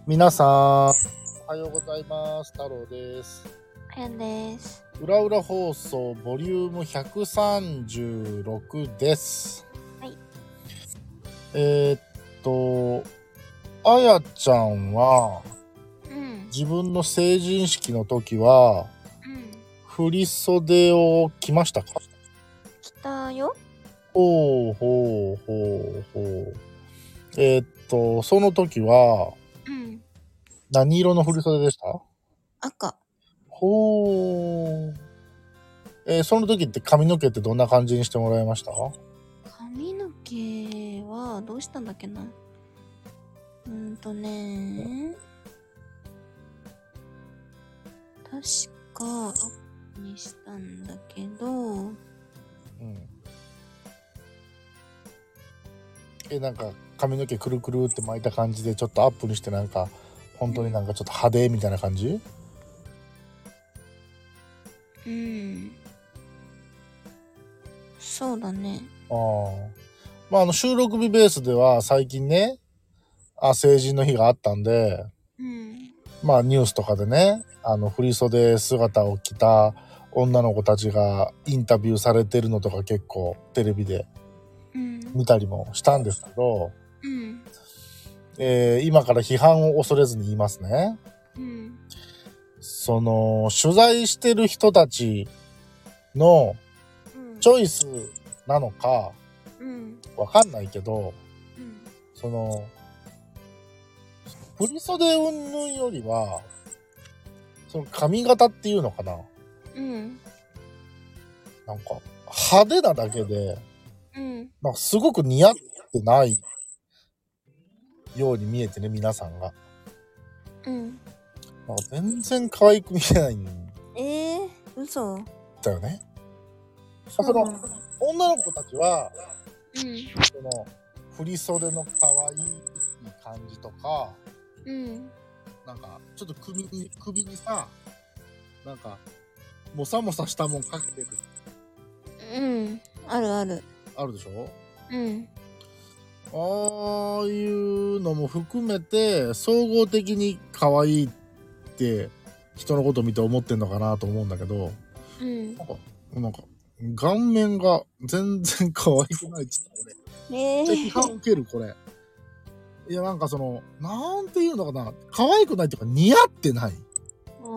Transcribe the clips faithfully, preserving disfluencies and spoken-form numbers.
皆さん、おはようございます。太郎です。 あやんです。 裏裏放送ボリュームひゃくさんじゅうろくです。 はい。 えー、っと、あやちゃんは、 うん。 自分の成人式の時は、 うん。 振り袖を着ましたか？ 来たよ。 ほうほうほうほう。えー、っと、その時は、 うん。 何色の振り袖でした？ 赤。 ほう。えー、その時って髪の毛ってどんな感じにしてもらいました？ 髪の毛はどうしたんだっけな。うーんとね確かアップにしたんだけど、うん。 え、なんか髪の毛くるくるって巻いた感じでちょっとアップにしてなんか本当になんかちょっと派手みたいな感じ？ うん。そうだね。 ああ。まああの収録日ベースでは最近ね、あ、成人の日があったんで、 うん。 まあニュースとかでね、あの振り袖姿を着た女の子たちがインタビューされてるのとか結構テレビで見たりもしたんですけど、 うん。 えー、今から批判を恐れずに言いますね。 うん。 その取材してる人たちのチョイスなのか、うん、わかんないけど、うん、その振り袖云々よりはその髪型っていうのかな、うん、なんか派手なだけで、うん、なんかすごく似合ってないように見えてね、皆さんが、うん、なんか全然可愛く見えないんだよね。 えー、嘘だよね。その女の子たちは、うん、その振り袖の可愛い感じとか、うん、なんかちょっと首に首にさ、なんかもさもさしたもんかけてる。 うん、あるある。 あるでしょ？ うん。 ああいうのも含めて総合的に可愛いって人のこと見て思ってんのかなと思うんだけど、うん、なんかなんか顔面が全然可愛くないっつった俺。えー、批判受けるこれ。いやなんかそのなんていうのかな、可愛くないっていうか似合ってない。うん、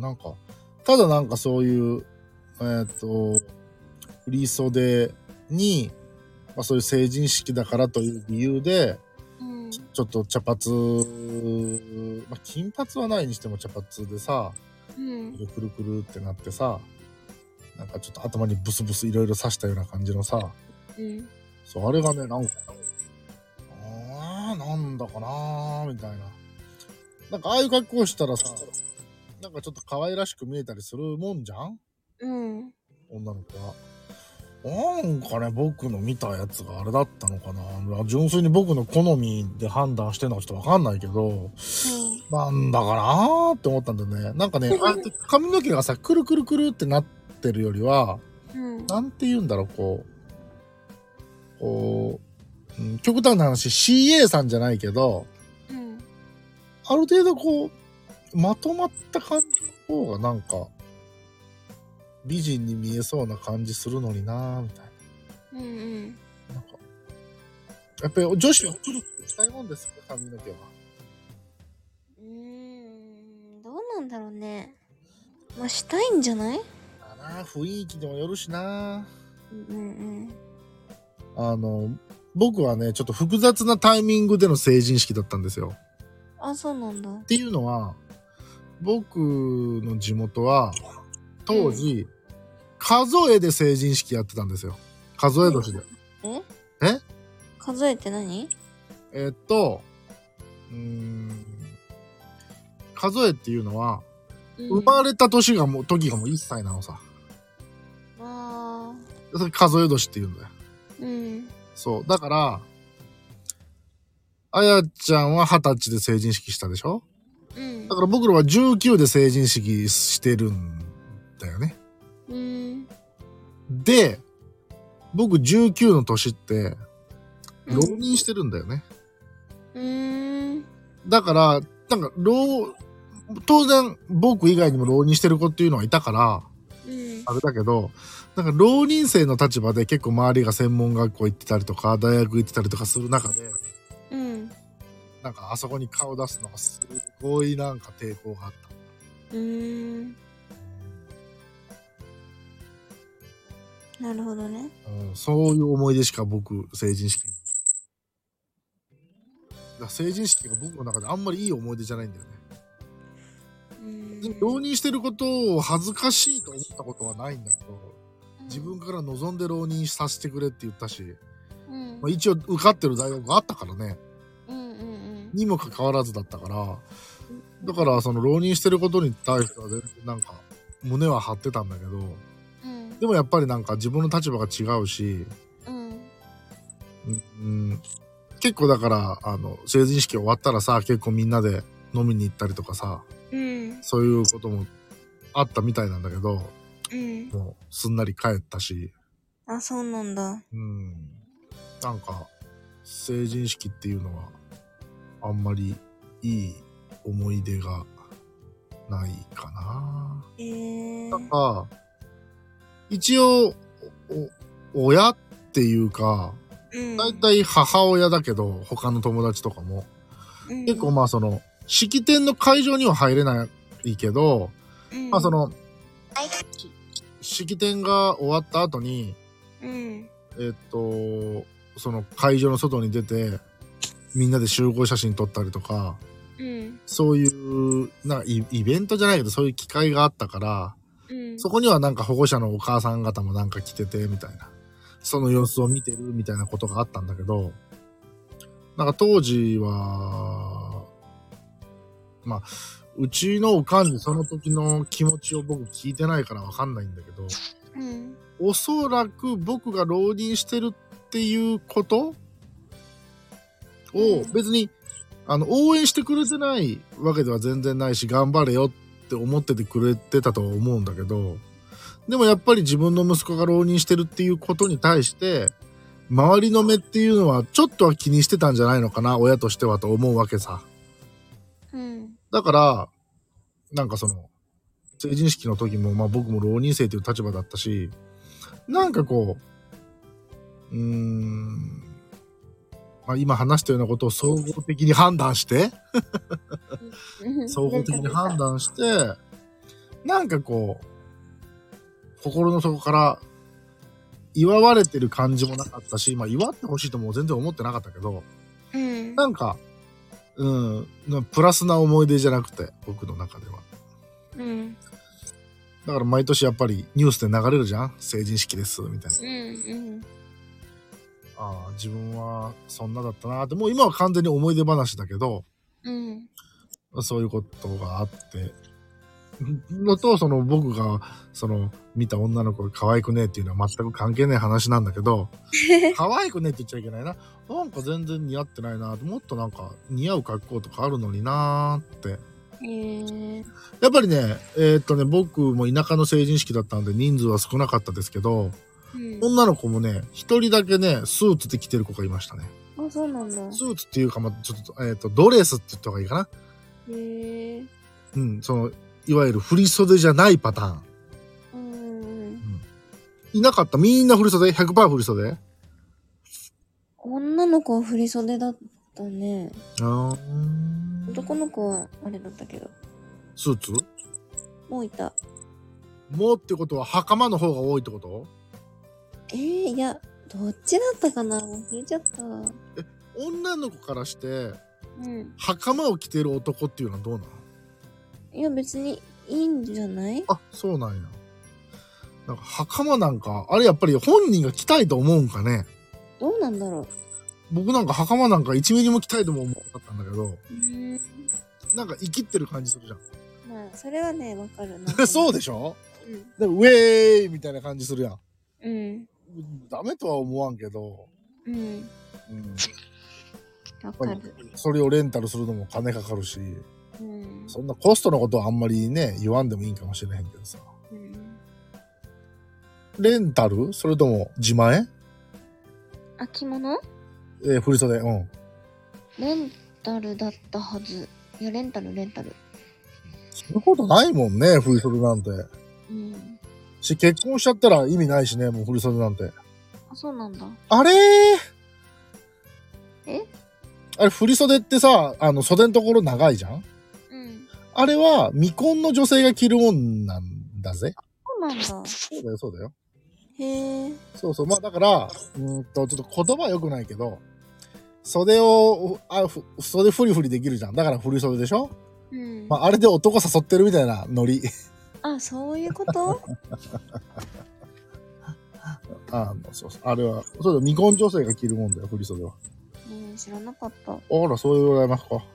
なんかただなんかそういうえー、っと振り袖に、まあ、そういう成人式だからという理由で、うん、ちょっと茶髪、まあ、金髪はないにしても茶髪でさ、うん、くるくるってなってさ、なんかちょっと頭にブスブスいろいろ刺したような感じのさ、うん、そうあれがねなんかあーなんだかなーみたいな、なんかああいう格好したらさ、なんかちょっと可愛らしく見えたりするもんじゃん、うん、女の子は。なんかね、僕の見たやつがあれだったのかな。純粋に僕の好みで判断してんのかちょっとわかんないけど、うん、なんだかなーって思ったんだよね。なんかね、あえて髪の毛がさ、くるくるくるってなってるよりは、うん、なんて言うんだろう、こう、こう、うん、極端な話、シーエー さんじゃないけど、うん、ある程度こう、まとまった感じの方がなんか、美人に見えそうな感じするのになーみたいな。うんうん。なんかやっぱり女子はくるくるしたいもんですか、髪の毛は。 うーん、どうなんだろうね。まあしたいんじゃない？ だな、雰囲気でもよるしな。 うんうん。 あの僕はねちょっと複雑なタイミングでの成人式だったんですよ。 あ、そうなんだ。 っていうのは僕の地元は当時、うん、数えで成人式やってたんですよ。数え年で。 え？ え？ 数えって何？ えー、っと、うーん、数えっていうのは、うん、生まれた年がもう時がもういっさいなのさ。ああ。それ数え年って言うんだよ。うん。そうだから、あやちゃんははたちで成人式したでしょ？うん。だから僕らはじゅうきゅうで成人式してるんだよね。うん。で、僕じゅうきゅうの年って浪人してるんだよね。うん。 だから、なんか、浪、当然、僕以外にも浪人してる子っていうのはいたから、うん、あれだけど、なんか浪人生の立場で結構周りが専門学校行ってたりとか、大学行ってたりとかする中で、うん。なんかあそこに顔出すのがすごいなんか抵抗があった。うーん。 なるほどね。 うん、そういう思い出しか僕、成人式。だ成人式が僕の中であんまりいい思い出じゃないんだよね。浪人してることを恥ずかしいと思ったことはないんだけど、うん、自分から望んで浪人させてくれって言ったし、うん、まあ、一応受かってる大学があったからね、うんうんうん、にもかかわらずだったから、だからその浪人してることに対しては全然なんか胸は張ってたんだけど、うん、でもやっぱりなんか自分の立場が違うし、うんうん、結構だからあの成人式終わったらさ、結構みんなで飲みに行ったりとかさ、うん、そういうこともあったみたいなんだけど、うん、もうすんなり帰ったし。 あ、そうなんだ。 うん。なんか、成人式っていうのは、あんまりいい思い出がないかな。えー、なんか、一応、親っていうか、うん、だいたい母親だけど、他の友達とかも。うん、結構まあその、式典の会場には入れないけど、うん、まあその、式典が終わった後に、うん、えっと、その会場の外に出て、みんなで集合写真撮ったりとか、うん、そういうなイ、イベントじゃないけど、そういう機会があったから、うん、そこにはなんか保護者のお母さん方もなんか来てて、みたいな。その様子を見てるみたいなことがあったんだけど、なんか当時は、まあ、うちのおかんにその時の気持ちを僕聞いてないからわかんないんだけど、うん、おそらく僕が浪人してるっていうことを別に、うん、あの応援してくれてないわけでは全然ないし、頑張れよって思っててくれてたとは思うんだけど、でもやっぱり自分の息子が浪人してるっていうことに対して周りの目っていうのはちょっとは気にしてたんじゃないのかな、親としてはと思うわけさ。うん、だからなんかその成人式の時もまあ僕も浪人生という立場だったし、なんかこう、うーん、まあ今話したようなことを総合的に判断して総合的に判断して、なんかこう、心の底から祝われてる感じもなかったし、まあ祝ってほしいとも全然思ってなかったけど、うん、なんか、うん、プラスな思い出じゃなくて、僕の中では。うん。だから毎年やっぱりニュースで流れるじゃん、成人式ですみたいな。うんうん。ああ、自分はそんなだったなって、もう今は完全に思い出話だけど、うん、そういうことがあってのと、その僕がその見た女の子が可愛くねえっていうのは全く関係ない話なんだけど可愛くねえって言っちゃいけないな、なんか全然似合ってないな、もっとなんか似合う格好とかあるのになーって。えー、やっぱりね、えー、っとね、僕も田舎の成人式だったんで人数は少なかったですけど、うん、女の子もね、一人だけね、スーツで着てる子がいましたね。 あ、そうなんだ。 スーツっていうか、まあ、ちょっと、えー、っと、ドレスって言った方がいいかな。へー。うん、その、いわゆる振り袖じゃないパターン。うん、うん。いなかった。みんな振り袖 ?ひゃくパーセント 振り袖？ 女の子は振り袖だったね。あー。男の子はあれだったけど。 スーツ？ もういた。 もうってことは袴の方が多いってこと？ えー、いや、どっちだったかな？忘れちゃった。 え、女の子からして、うん、袴を着てる男っていうのはどうなの？ いや、別にいいんじゃない？ あ、そうなんや。なんか袴なんか、あれやっぱり本人が着たいと思うんかね。 どうなんだろう。 僕なんか袴なんかいちミリも着たいとも思わなかったんだけど、んなんか生きってる感じするじゃん。 まあ、それはね、わかるな。 そうでしょ？うん。でも、ウェーイみたいな感じするやん。うん。ダメとは思わんけど。うん。うん。わかる。それをレンタルするのも金かかるし、うん、そんなコストのことはあんまりね、言わんでもいいかもしれへんけどさ。うん、レンタル？それとも自前？ あ、着物？ えー、振り袖、うん。 レンタルだったはず。いや、レンタル、レンタル。 そういうことないもんね、振り袖なんて。 うん。 し、結婚しちゃったら意味ないしね、もう振り袖なんて。 あ、そうなんだ。 あれーえあれ、振り袖ってさ、あの、袖のところ長いじゃん？ うん。 あれは、未婚の女性が着るもんなんだぜ。 そうなんだ。 そうだよ、そうだよ。 へえ。 そうそう。まあ、だから、うーんと、ちょっと言葉は良くないけど、袖を、あ、ふ袖フリフリできるじゃん。だから振り袖でしょ？ うん。 まあ、あれで男誘ってるみたいなノリ。 あ、そういうことあの、そうそう。あれは、そうだ、未婚女性が着るもんだよ、振り袖は。 うん、知らなかった。 あら、そうでございますか。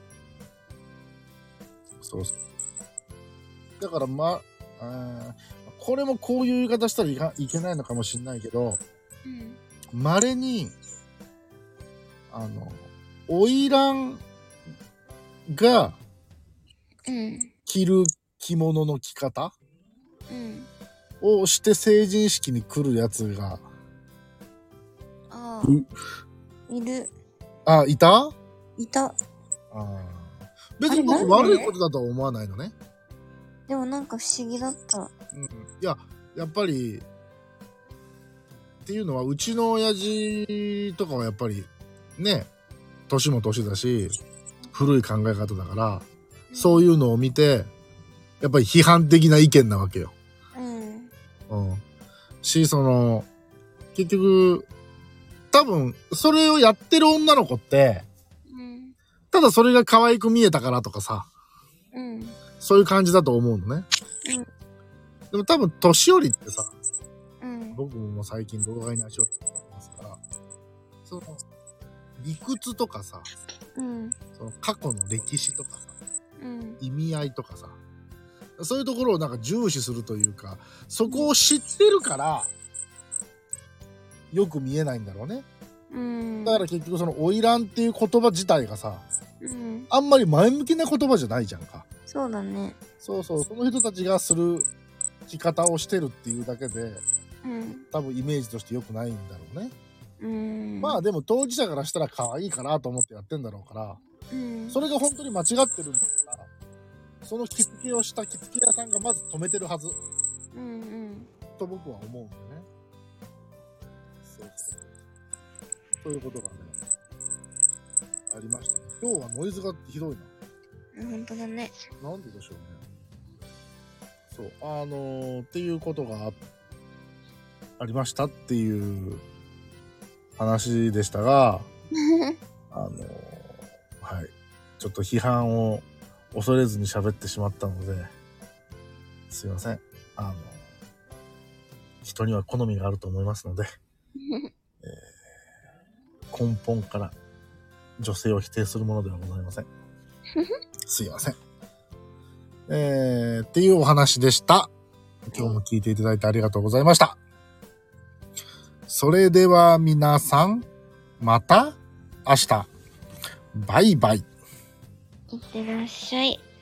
そうそう。だから、ま、あこれもこういう言い方したらいかいけないのかもしれないけど、 うん。 稀に、あの、花魁がうん。 着る着物の着方うん。 をして成人式に来るやつが、 ああ、 いいる。 あ、いた？ いた。 ああ。別に僕あれなんで悪いことだとは思わないのね。 でもなんか不思議だった。 うん。いや、やっぱり、っていうのは、うちの親父とかはやっぱり、ね、年も年だし、古い考え方だから、 うん、 そういうのを見て、やっぱり批判的な意見なわけよ。 うん。 うん。し、その、結局、多分、それをやってる女の子って、 うん。 ただそれが可愛く見えたからとかさ、 うん。 そういう感じだと思うのね。 うん。 でも多分、年寄りってさ、 うん。 僕ももう最近動画に足をつけてますから、その、理屈とかさ、 うん。 その過去の歴史とかさ、 うん。 意味合いとかさ、そういうところをなんか重視するというか、そこを知ってるから、よく見えないんだろうね。 うん。 だから結局その花魁っていう言葉自体がさ、 うん。 あんまり前向きな言葉じゃないじゃんか。 そうだね。 そうそう、その人たちがする着方をしてるっていうだけで、 うん。 多分イメージとして良くないんだろうね。 うん。 まあでも当事者からしたら可愛いかなと思ってやってんだろうから、 うん。 それが本当に間違ってるんだから、その着付けをした着付け屋さんがまず止めてるはず。 うんうん。 と僕は思うんだよね。そうそう。そういうことがね、ありましたね。今日はノイズがひどいな。本当だね。 なんででしょうね。そう、あのー、っていうことが あ, ありましたっていう話でしたが、あのー、はい。ちょっと批判を恐れずに喋ってしまったので、すいません。あのー、人には好みがあると思いますので、えー、根本から女性を否定するものではございません。すいません。えー、っていうお話でした。今日も聞いていただいてありがとうございました。それでは皆さん、また明日。バイバイ。 いってらっしゃい。